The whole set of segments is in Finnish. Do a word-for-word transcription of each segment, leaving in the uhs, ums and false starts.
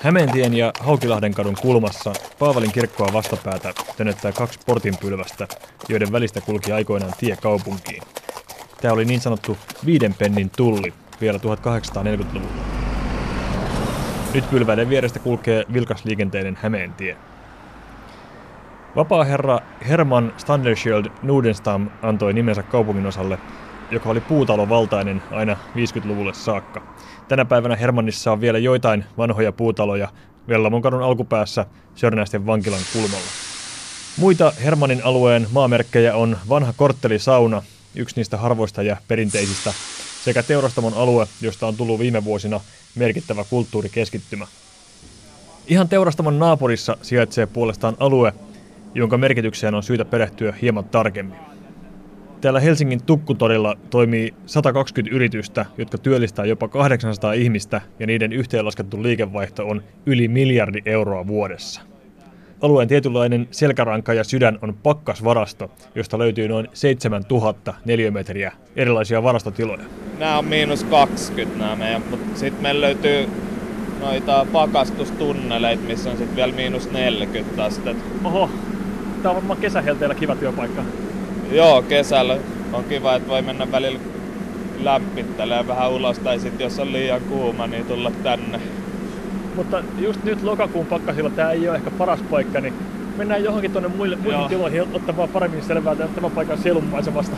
Hämeentien ja Haukilahden kadun kulmassa Paavalin kirkkoa vastapäätä tönöttää kaksi portinpylvästä, joiden välistä kulki aikoinaan tie kaupunkiin. Tämä oli niin sanottu viiden pennin tulli vielä tuhatkahdeksansataaneljäkymmentäluvulla. Nyt pylväiden vierestä kulkee vilkasliikenteinen Hämeentie. Vapaaherra Herman Standerschiöld Nordenstam antoi nimensä kaupunginosalle, joka oli puutalovaltainen aina viisikymmentäluvulle saakka. Tänä päivänä Hermannissa on vielä joitain vanhoja puutaloja Vellamonkadun alkupäässä Sörnäisten vankilan kulmalla. Muita Hermannin alueen maamerkkejä on vanha korttelisauna, yksi niistä harvoista ja perinteisistä, sekä teurastamon alue, josta on tullut viime vuosina merkittävä kulttuurikeskittymä. Ihan teurastamon naapurissa sijaitsee puolestaan alue, jonka merkitykseen on syytä perehtyä hieman tarkemmin. Täällä Helsingin Tukkutorilla toimii sata kaksikymmentä yritystä, jotka työllistää jopa kahdeksansataa ihmistä, ja niiden yhteenlaskettu liikevaihto on yli miljardi euroa vuodessa. Alueen tietynlainen selkäranka ja sydän on pakkasvarasto, josta löytyy noin seitsemäntuhatta neliömetriä erilaisia varastotiloja. Nämä on miinus kaksikymmentä nämä meidän, mutta sitten meillä löytyy noita pakastustunneleita, missä on sitten vielä miinus neljäkymmentä astetta. Oho, tää on varmaan kesähelteellä kiva työpaikka. Joo, kesällä on kiva, että voi mennä välillä lämmittelemään vähän ulos, tai sitten jos on liian kuuma, niin tulla tänne. Mutta just nyt lokakuun pakkasilla tämä ei ole ehkä paras paikka, niin mennään johonkin tuonne muille, muihin tiloihin ottamaan paremmin selvää tämän paikan sielunmaisemasta.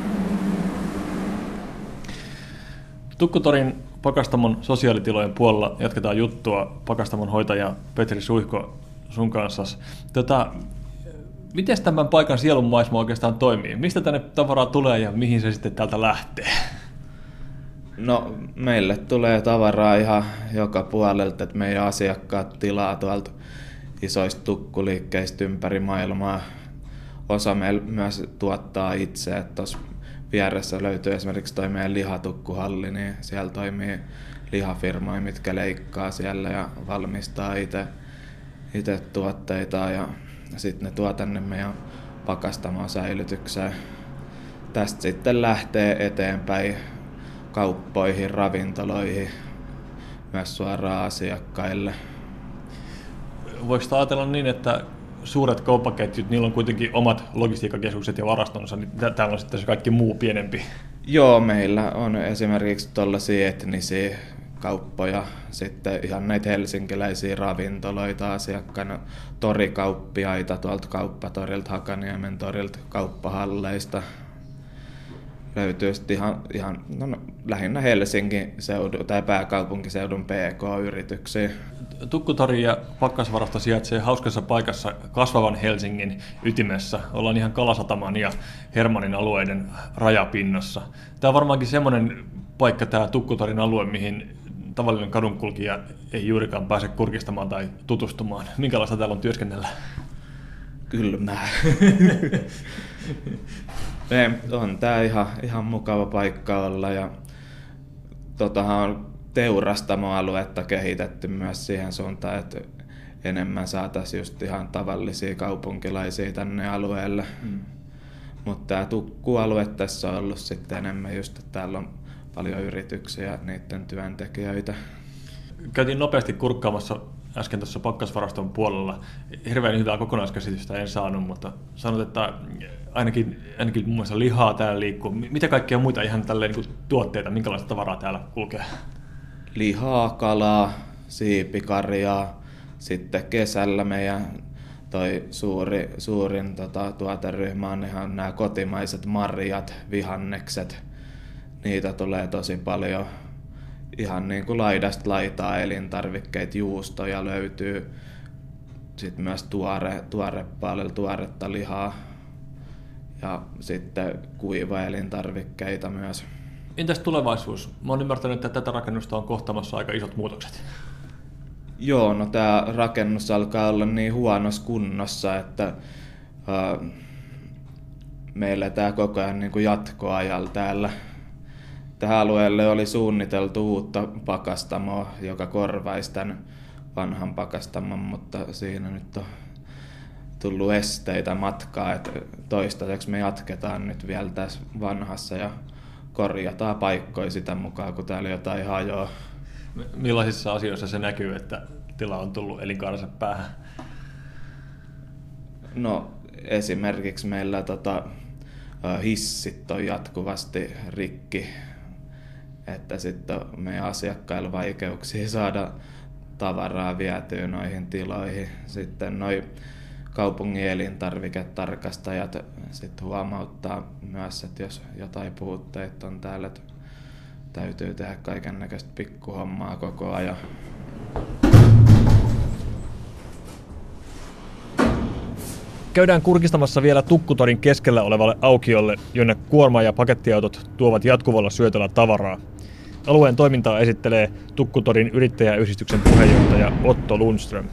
Tukkutorin pakastamon sosiaalitilojen puolella jatketaan juttua pakastamon hoitaja Petri Suihko sun kanssa. Tota, miten tämän paikan sielunmaisema oikeastaan toimii? Mistä tänne tavaraa tulee ja mihin se sitten täältä lähtee? No, meille tulee tavaraa ihan joka puolelta, että meidän asiakkaat tilaa tuolta isoista tukkuliikkeistä ympäri maailmaa. Osa meillä myös tuottaa itse, että tuossa vieressä löytyy esimerkiksi toi meidän lihatukkuhalli, niin siellä toimii lihafirmoja, mitkä leikkaa siellä ja valmistaa itse, itse tuotteita, ja sitten ne tuo tänne meidän pakastamoon säilytykseen. Tästä sitten lähtee eteenpäin kauppoihin, ravintoloihin, myös suoraan asiakkaille. Voiko ajatella niin, että suuret kauppaketjut, niillä on kuitenkin omat logistiikkakeskukset ja varastonsa, niin täällä on sitten se kaikki muu pienempi? Joo, meillä on esimerkiksi tuollaisia etnisiä kauppoja, sitten ihan näitä helsinkiläisiä ravintoloita asiakkaana, torikauppiaita tuolta kauppatorilta, Hakaniemen torilta, kauppahalleista. Löytyy sitten ihan, ihan no, no, lähinnä Helsingin seudun tai pääkaupunkiseudun P K-yrityksiä. Tukkutori ja pakkasvarasto sijaitsee hauskassa paikassa kasvavan Helsingin ytimessä. Ollaan ihan Kalasataman ja Hermannin alueiden rajapinnassa. Tämä on varmaankin semmoinen paikka, tämä Tukkutorin alue, mihin tavallinen kadunkulkija ei juurikaan pääse kurkistamaan tai tutustumaan. Minkälaista täällä on työskennellä? Kylmää. On tää ihan, ihan mukava paikka olla, ja totahan on teurastamoaluetta kehitetty myös siihen suuntaan, että enemmän saataisiin just ihan tavallisia kaupunkilaisia tänne alueelle. Mm. Mutta tämä tukkualue tässä on ollut sitten enemmän just, että täällä on paljon yrityksiä ja niiden työntekijöitä. Käytiin nopeasti kurkkaamassa äsken tuossa pakkasvaraston puolella. Hirveän hyvää kokonaiskäsitystä en saanut, mutta sanot, että ainakin, ainakin muun muassa lihaa täällä liikkuu. Mitä kaikkia muita ihan tälleen niin kuin tuotteita, minkälaista tavaraa täällä kulkee? Lihaa, kalaa, siipikarjaa. Sitten kesällä meidän toi suuri, suurin tota, tuoteryhmä on ihan nämä kotimaiset marjat, vihannekset. Niitä tulee tosi paljon. Ihan niin kuin laidasta laitaa elintarvikkeita, juustoja löytyy. Sitten myös tuore, tuore paljon tuoretta lihaa. Ja sitten kuiva elintarvikkeita myös. Entäs tulevaisuus? Mä oon ymmärtänyt, että tätä rakennusta on kohtaamassa aika isot muutokset. Joo, no tää rakennus alkaa olla niin huonossa kunnossa, että uh, meillä tää koko ajan niin kuin jatkoajalla täällä. Tähän alueelle oli suunniteltu uutta pakastamoa, joka korvaisi tämän vanhan pakastamon, mutta siinä nyt on tullut esteitä matkaa, että toistaiseksi me jatketaan nyt vielä tässä vanhassa ja korjataan paikkoja sitä mukaan, kun täällä jotain hajoaa. Millaisissa asioissa se näkyy, että tila on tullut elinkaarensa päähän? No esimerkiksi meillä tota, hissit on jatkuvasti rikki, että sitten on meidän asiakkailla vaikeuksia saada tavaraa vietyä noihin tiloihin. Sitten noi kaupungin elintarviketarkastajat sit huomauttaa myös, että jos jotain puutteita on täällä, että täytyy tehdä kaikennäköistä pikkuhommaa koko ajan. Käydään kurkistamassa vielä Tukkutorin keskellä olevalle aukiolle, jonne kuorma- ja pakettiautot tuovat jatkuvalla syötöllä tavaraa. Alueen toimintaa esittelee Tukkutorin yrittäjäyhdistyksen puheenjohtaja Otto Lundström.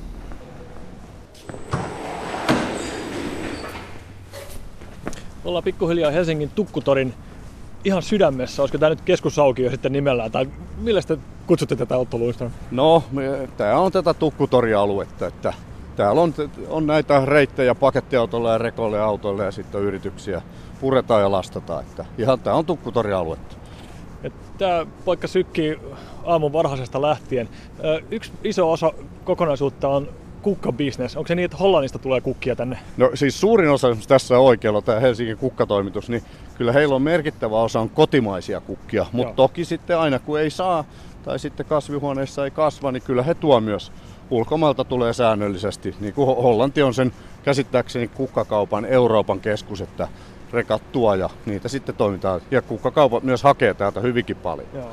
Ollaan pikkuhiljaa Helsingin Tukkutorin ihan sydämessä. Olisiko tämä nyt keskusaukio sitten nimellään? Tai millä te kutsutte tätä, Otto Lundström? No, tämä on tätä Tukkutori-aluetta. Että täällä on, on näitä reittejä pakettiautoilla ja rekoilla ja autoilla ja sitten yrityksiä puretaan ja lastataan. Että ihan tämä on Tukkutori-aluetta. Tämä paikka sykkii aamun varhaisesta lähtien. Yksi iso osa kokonaisuutta on kukkabisnes. Onko se niin, että Hollannista tulee kukkia tänne? No siis suurin osa tässä oikealla, tämä Helsingin kukkatoimitus, niin kyllä heillä on merkittävä osa on kotimaisia kukkia. Mutta toki sitten aina kun ei saa tai sitten kasvihuoneissa ei kasva, niin kyllä he tuo myös. Ulkomailta tulee säännöllisesti. Niin kuin Hollanti on sen käsittääkseni kukkakaupan Euroopan keskus, että rekat tuo ja niitä sitten toimitaan. Ja kukkakaupat myös hakee täältä hyvinkin paljon. Joo.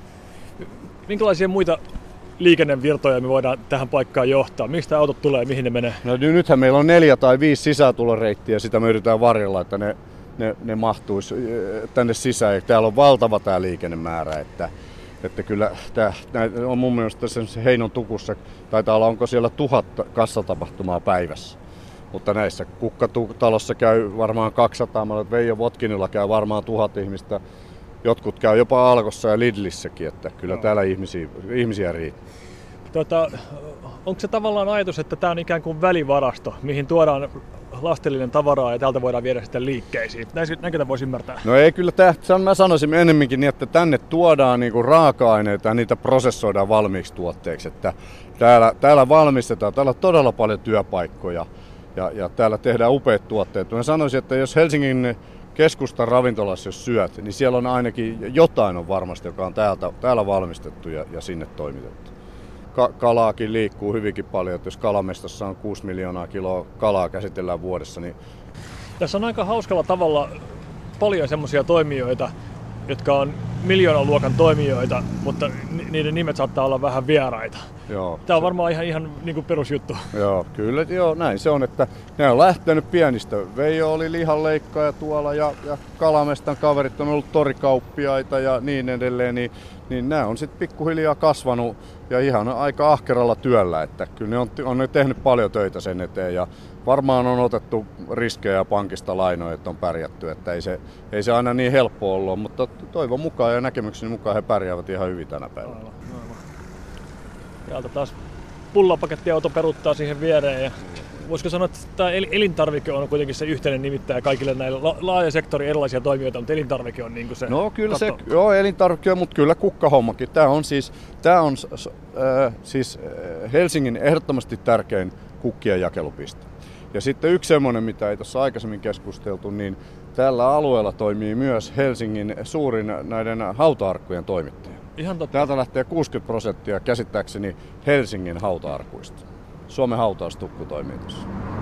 Minkälaisia muita liikennevirtoja me voidaan tähän paikkaan johtaa? Mistä autot tulee ja mihin ne menee? No nythän meillä on neljä tai viisi sisätuloreittiä ja sitä me yritetään varjella, että ne, ne, ne mahtuisi tänne sisään. Täällä on valtava tämä liikennemäärä, että, että kyllä tämä on mun mielestä se Heinon tukussa, taitaa olla onko siellä tuhat kassatapahtumaa päivässä. Mutta näissä kukkatalossa käy varmaan kaksisataa, Veijo Votkinilla käy varmaan tuhat ihmistä. Jotkut käy jopa Alkossa ja Lidlissäkin, että kyllä no. Täällä ihmisiä, ihmisiä riittää. Tota, onko se tavallaan ajatus, että tämä on ikään kuin välivarasto, mihin tuodaan lastillinen tavaraa ja täältä voidaan viedä sitten liikkeisiin? Näinkö tämä voisi ymmärtää? No ei kyllä, tämä, mä sanoisin ennemminkin niin, että tänne tuodaan niinku raaka-aineita ja niitä prosessoidaan valmiiksi tuotteiksi. Että täällä, täällä valmistetaan, täällä on todella paljon työpaikkoja ja, ja täällä tehdään upeat tuotteet. Mä sanoisin, että jos Helsingin keskustan ravintolassa jos syöt, niin siellä on ainakin jotain on varmasti, joka on täältä, täällä valmistettu ja, ja sinne toimitettu. Ka- kalaakin liikkuu hyvinkin paljon, että jos kalamestassa on kuusi miljoonaa kiloa kalaa käsitellään vuodessa, niin... Tässä on aika hauskalla tavalla paljon semmoisia toimijoita, jotka on miljoonan luokan toimijoita, mutta niiden nimet saattaa olla vähän vieraita. Joo, Tämä on se... varmaan ihan, ihan niin kuin perusjuttu. Joo, kyllä joo, näin se on, että ne on lähtenyt pienistä. Veijo oli lihanleikkaaja tuolla ja, ja Kalamestan kaverit on ollut torikauppiaita ja niin edelleen, niin, niin nämä on sitten pikkuhiljaa kasvanut ja ihan aika ahkeralla työllä, että kyllä ne on, on ne tehnyt paljon töitä sen eteen ja varmaan on otettu riskejä pankista lainoja, että on pärjätty, että ei se, ei se aina niin helppo ollut, mutta toivon mukaan ja näkemykseni mukaan he pärjäävät ihan hyvin tänä päivänä. Aivan, aivan. Täältä taas pullapakettiauto peruttaa siihen viereen ja voisiko sanoa, että tämä elintarvike on kuitenkin se yhteinen nimittäjä kaikille näille laaja sektori erilaisia toimijoita, mutta elintarvike on niin kuin se... No kyllä katto. Se, joo elintarvike, mutta kyllä kukkahommakin. Tämä on siis, tämä on, äh, siis Helsingin ehdottomasti tärkein kukkien jakelupiste. Ja sitten yksi semmoinen, mitä ei tuossa aikaisemmin keskusteltu, niin tällä alueella toimii myös Helsingin suurin näiden hauta-arkkujen toimittaja. Ihan totta. Täältä lähtee kuusikymmentä prosenttia käsittääkseni Helsingin hauta-arkuista. Suomen hautaustukku toimii tuossa.